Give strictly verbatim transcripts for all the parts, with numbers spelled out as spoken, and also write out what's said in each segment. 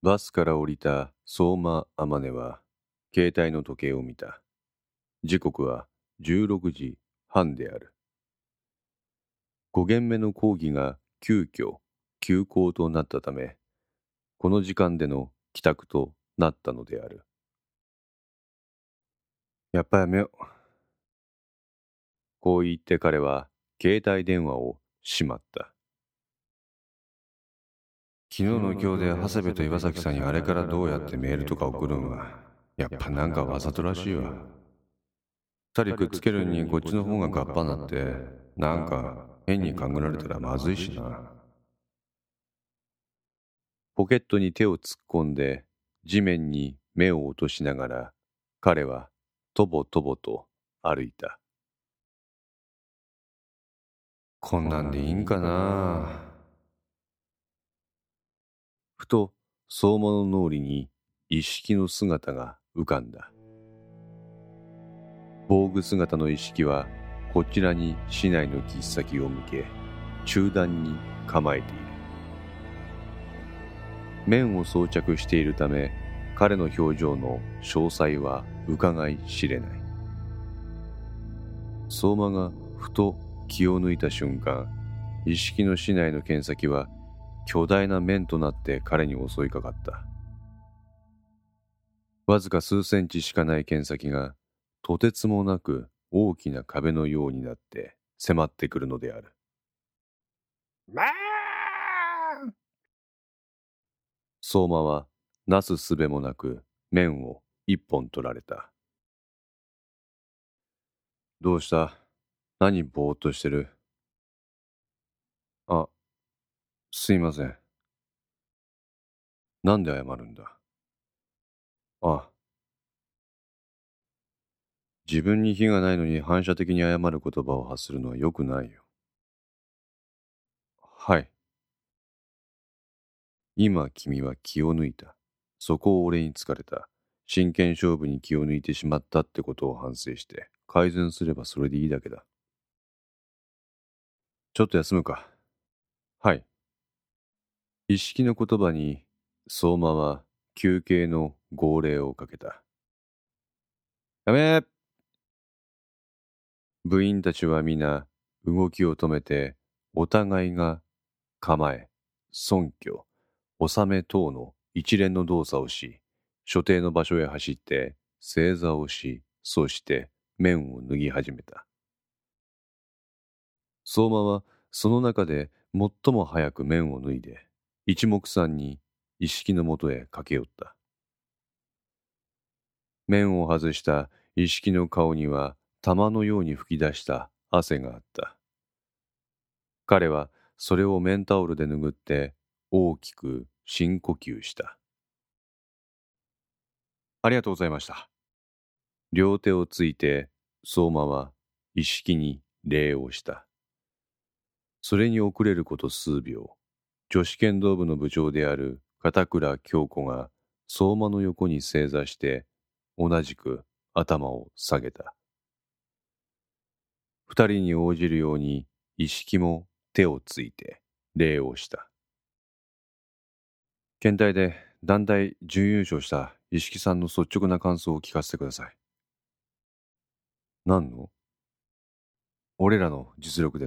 バスから降りた相馬あまねは、携帯の時計を見た。時刻はじゅうろくじはんである。ご限目の講義が急遽休校となったため、この時間での帰宅となったのである。やっぱやめよう。こう言って彼は携帯電話をしまった。昨日の今日で長谷部と岩崎さんにあれからどうやってメールとか送るんは、やっぱなんかわざとらしいわ。二人くっつけるにこっちの方がガッパなって、なんか変に勘ぐられたらまずいしな。ポケットに手を突っ込んで地面に目を落としながら、彼はとぼとぼと歩いた。こんなんでいいんかな。ふと相馬の脳裏に一色の姿が浮かんだ。防具姿の一色はこちらに市内の切っ先を向け、中段に構えている。面を装着しているため、彼の表情の詳細は伺い知れない。相馬がふと気を抜いた瞬間、一色の市内の剣先は巨大な面となって彼に襲いかかった。わずか数センチしかない剣先がとてつもなく大きな壁のようになって迫ってくるのである。 まあ相馬はなすすべもなく面を一本取られた。どうした？何ぼーっとしてる？あ、すいません。なんで謝るんだ？あ、自分に非がないのに反射的に謝る言葉を発するのは良くないよ。はい。今君は気を抜いた。そこを俺に疲れた。真剣勝負に気を抜いてしまったってことを反省して改善すればそれでいいだけだ。ちょっと休むか。はい。一式の言葉に相馬は休憩の号令をかけた。やめー。部員たちは皆動きを止めてお互いが構え、尊居、納め等の一連の動作をし、所定の場所へ走って正座をし、そして面を脱ぎ始めた。相馬はその中で最も早く面を脱いで、一目散に一式のもとへ駆け寄った。面を外した一式の顔には玉のように噴き出した汗があった。彼はそれを綿タオルで拭って大きく深呼吸した。ありがとうございました。両手をついて相馬は一式に礼をした。それに遅れること数秒、女子剣道部の部長である片倉京子が相馬の横に正座して同じく頭を下げた。二人に応じるように一式も手をついて礼をした。県大で団体準優勝した一色さんの率直な感想を聞かせてください。何の？俺らの実力です。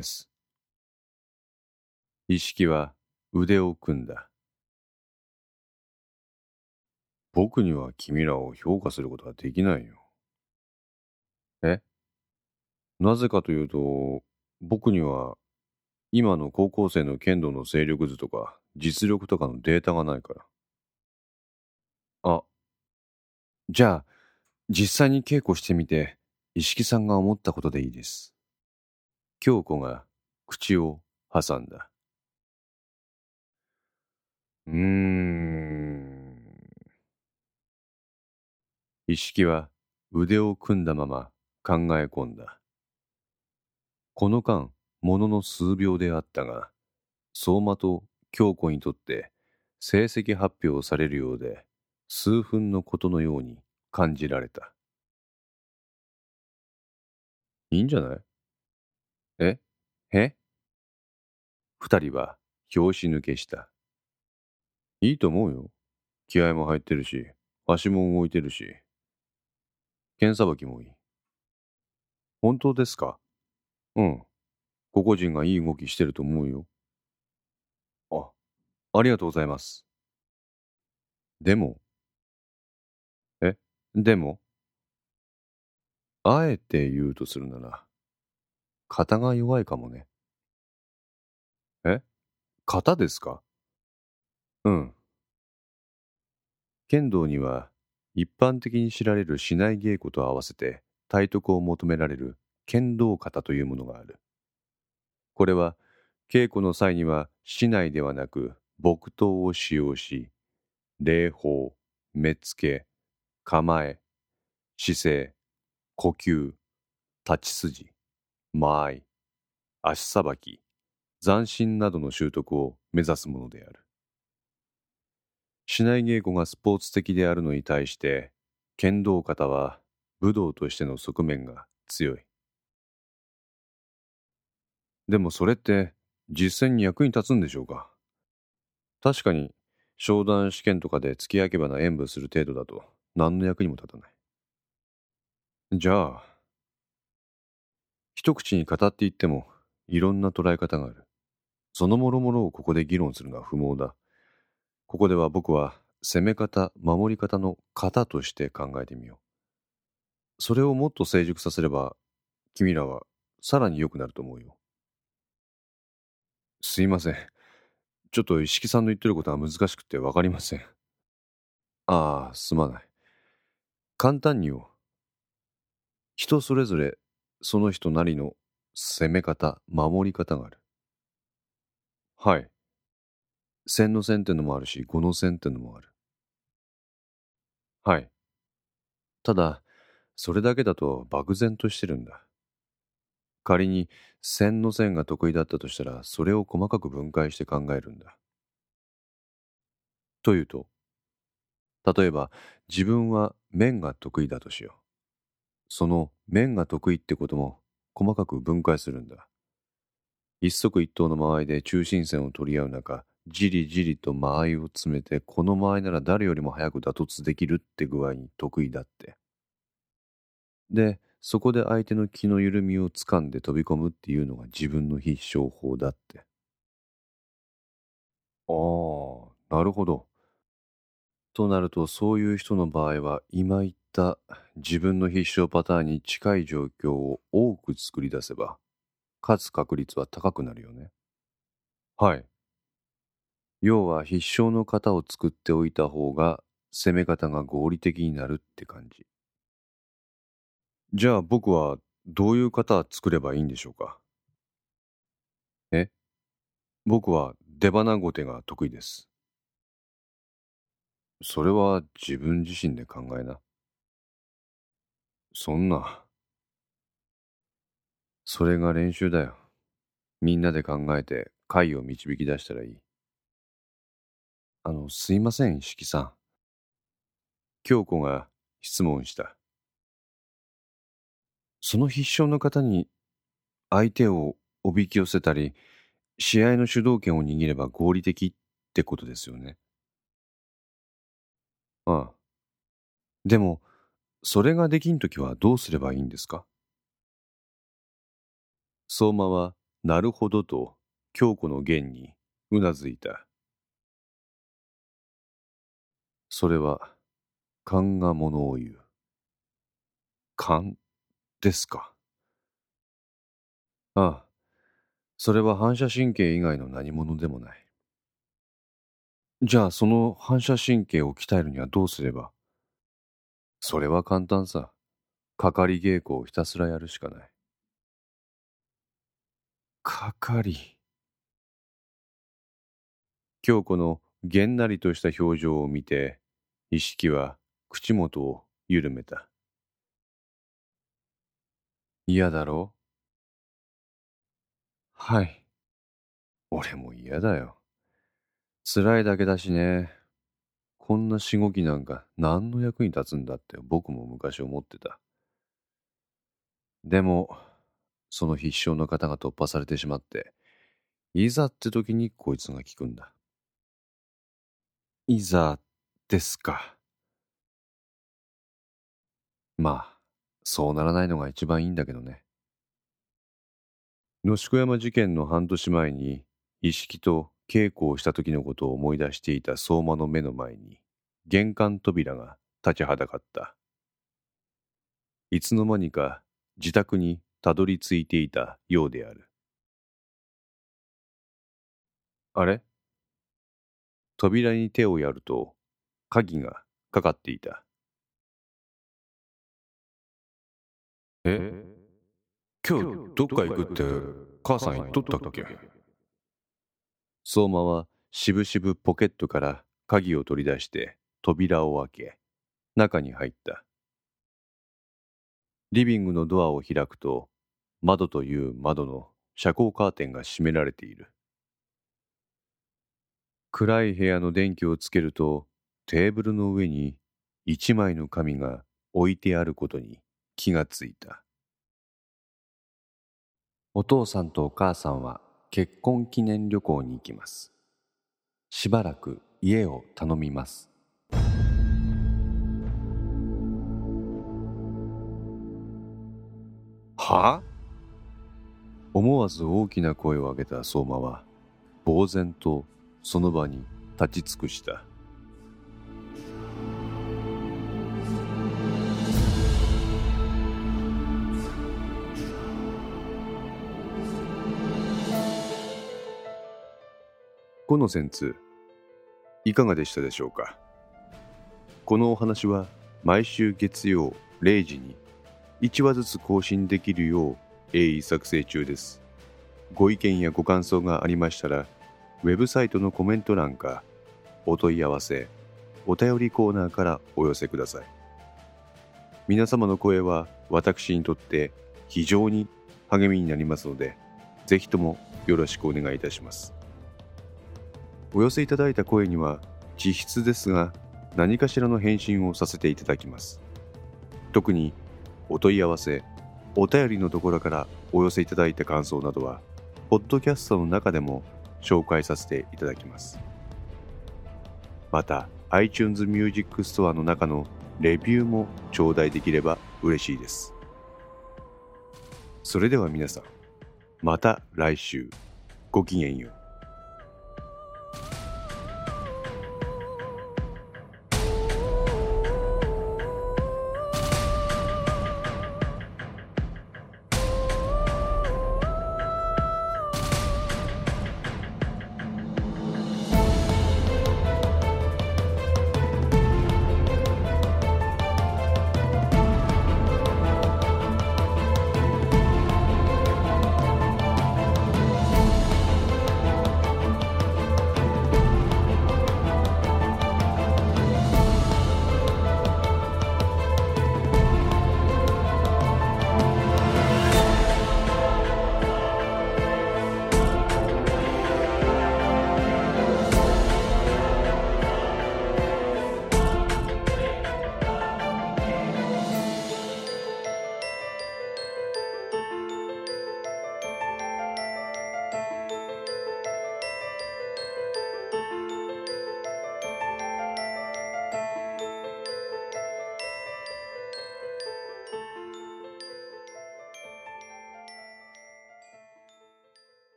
一色は腕を組んだ。僕には君らを評価することはできないよ。え？なぜかというと、僕には今の高校生の剣道の勢力図とか実力とかのデータがないから。あ、じゃあ実際に稽古してみて、一色さんが思ったことでいいです。京子が口を挟んだ。うーん。一色は腕を組んだまま考え込んだ。この間、ものの数秒であったが、相馬と京子にとって成績発表されるようで、数分のことのように感じられた。いいんじゃない？え？へ？二人は拍子抜けした。いいと思うよ。 気合も入ってるし、足も動いてるし、剣さばきもいい。本当ですか？うん。個々人がいい動きしてると思うよ。あ、ありがとうございます。でも、えでも、あえて言うとするなら、肩が弱いかもね。え肩ですか？うん。剣道には、一般的に知られる竹刀稽古と合わせて、体得を求められる剣道型というものがある。これは、稽古の際には竹刀ではなく木刀を使用し、礼法、目付け、構え、姿勢、呼吸、立ち筋、間合い、足さばき、斬新などの習得を目指すものである。竹刀稽古がスポーツ的であるのに対して、剣道型は武道としての側面が強い。でもそれって実践に役に立つんでしょうか？確かに、商談試験とかで付き焼け花演舞する程度だと何の役にも立たない。じゃあ、一口に語っていってもいろんな捉え方がある。その諸々をここで議論するのは不毛だ。ここでは僕は攻め方、守り方の型として考えてみよう。それをもっと成熟させれば、君らはさらに良くなると思うよ。すいません。ちょっと石木さんの言ってることは難しくてわかりません。ああ、すまない。簡単によ。人それぞれその人なりの攻め方、守り方がある。はい。千の線ってのもあるし、五の線ってのもある。はい。ただ、それだけだと漠然としてるんだ。仮に線の線が得意だったとしたら、それを細かく分解して考えるんだ。というと、例えば自分は面が得意だとしよう。その面が得意ってことも細かく分解するんだ。一足一刀の間合いで中心線を取り合う中、じりじりと間合いを詰めて、この間合いなら誰よりも早く打突できるって具合に得意だって。で、そこで相手の気の緩みをつかんで飛び込むっていうのが自分の必勝法だって。ああ、なるほど。となると、そういう人の場合は、今言った自分の必勝パターンに近い状況を多く作り出せば、勝つ確率は高くなるよね。はい。要は必勝の型を作っておいた方が攻め方が合理的になるって感じ。じゃあ僕はどういう型作ればいいんでしょうか？え僕は出花ごてが得意です。それは自分自身で考えな。そんな、それが練習だよ。みんなで考えて解を導き出したらいい。あの、すいません、石木さん。京子が質問した。その必勝の方に相手をおびき寄せたり、試合の主導権を握れば合理的ってことですよね。ああ。でも、それができんときはどうすればいいんですか？相馬は、なるほどと、京子の言にうなずいた。それは、勘がものを言う。勘ですか？ああ。それは反射神経以外の何者でもない。じゃあ、その反射神経を鍛えるにはどうすれば？それは簡単さ。かかり稽古をひたすらやるしかない。かかり。京子のげんなりとした表情を見て、意識は口元を緩めた。嫌だろう？はい。俺も嫌だよ。辛いだけだしね。こんなしごきなんか何の役に立つんだって僕も昔思ってた。でも、その必勝の方が突破されてしまって、いざって時にこいつが効くんだ。いざっですか。まあ、そうならないのが一番いいんだけどね。野宿山事件の半年前に、一色と稽古をした時のことを思い出していた相馬の目の前に、玄関扉が立ちはだかった。いつの間にか自宅にたどり着いていたようである。あれ、扉に手をやると、鍵がかかっていた。え、今日どっか行くって母さん言っとったっけ？相馬はしぶしぶポケットから鍵を取り出して扉を開け、中に入った。リビングのドアを開くと、窓という窓の遮光カーテンが閉められている。暗い部屋の電気をつけると、テーブルの上に一枚の紙が置いてあることに気がついた。お父さんとお母さんは結婚記念旅行に行きます。しばらく家を頼みます。はあ？思わず大きな声を上げた相馬は、呆然とその場に立ち尽くした。この旋通、いかがでしたでしょうか。このお話は毎週月曜れいじにいちわずつ更新できるよう鋭意作成中です。ご意見やご感想がありましたら、ウェブサイトのコメント欄かお問い合わせ、お便りコーナーからお寄せください。皆様の声は私にとって非常に励みになりますので、ぜひともよろしくお願いいたします。お寄せいただいた声には実質ですが何かしらの返信をさせていただきます。特にお問い合わせ、お便りのところからお寄せいただいた感想などはポッドキャストの中でも紹介させていただきます。また iTunes Music Store の中のレビューも頂戴できれば嬉しいです。それでは皆さん、また来週ごきげんよう。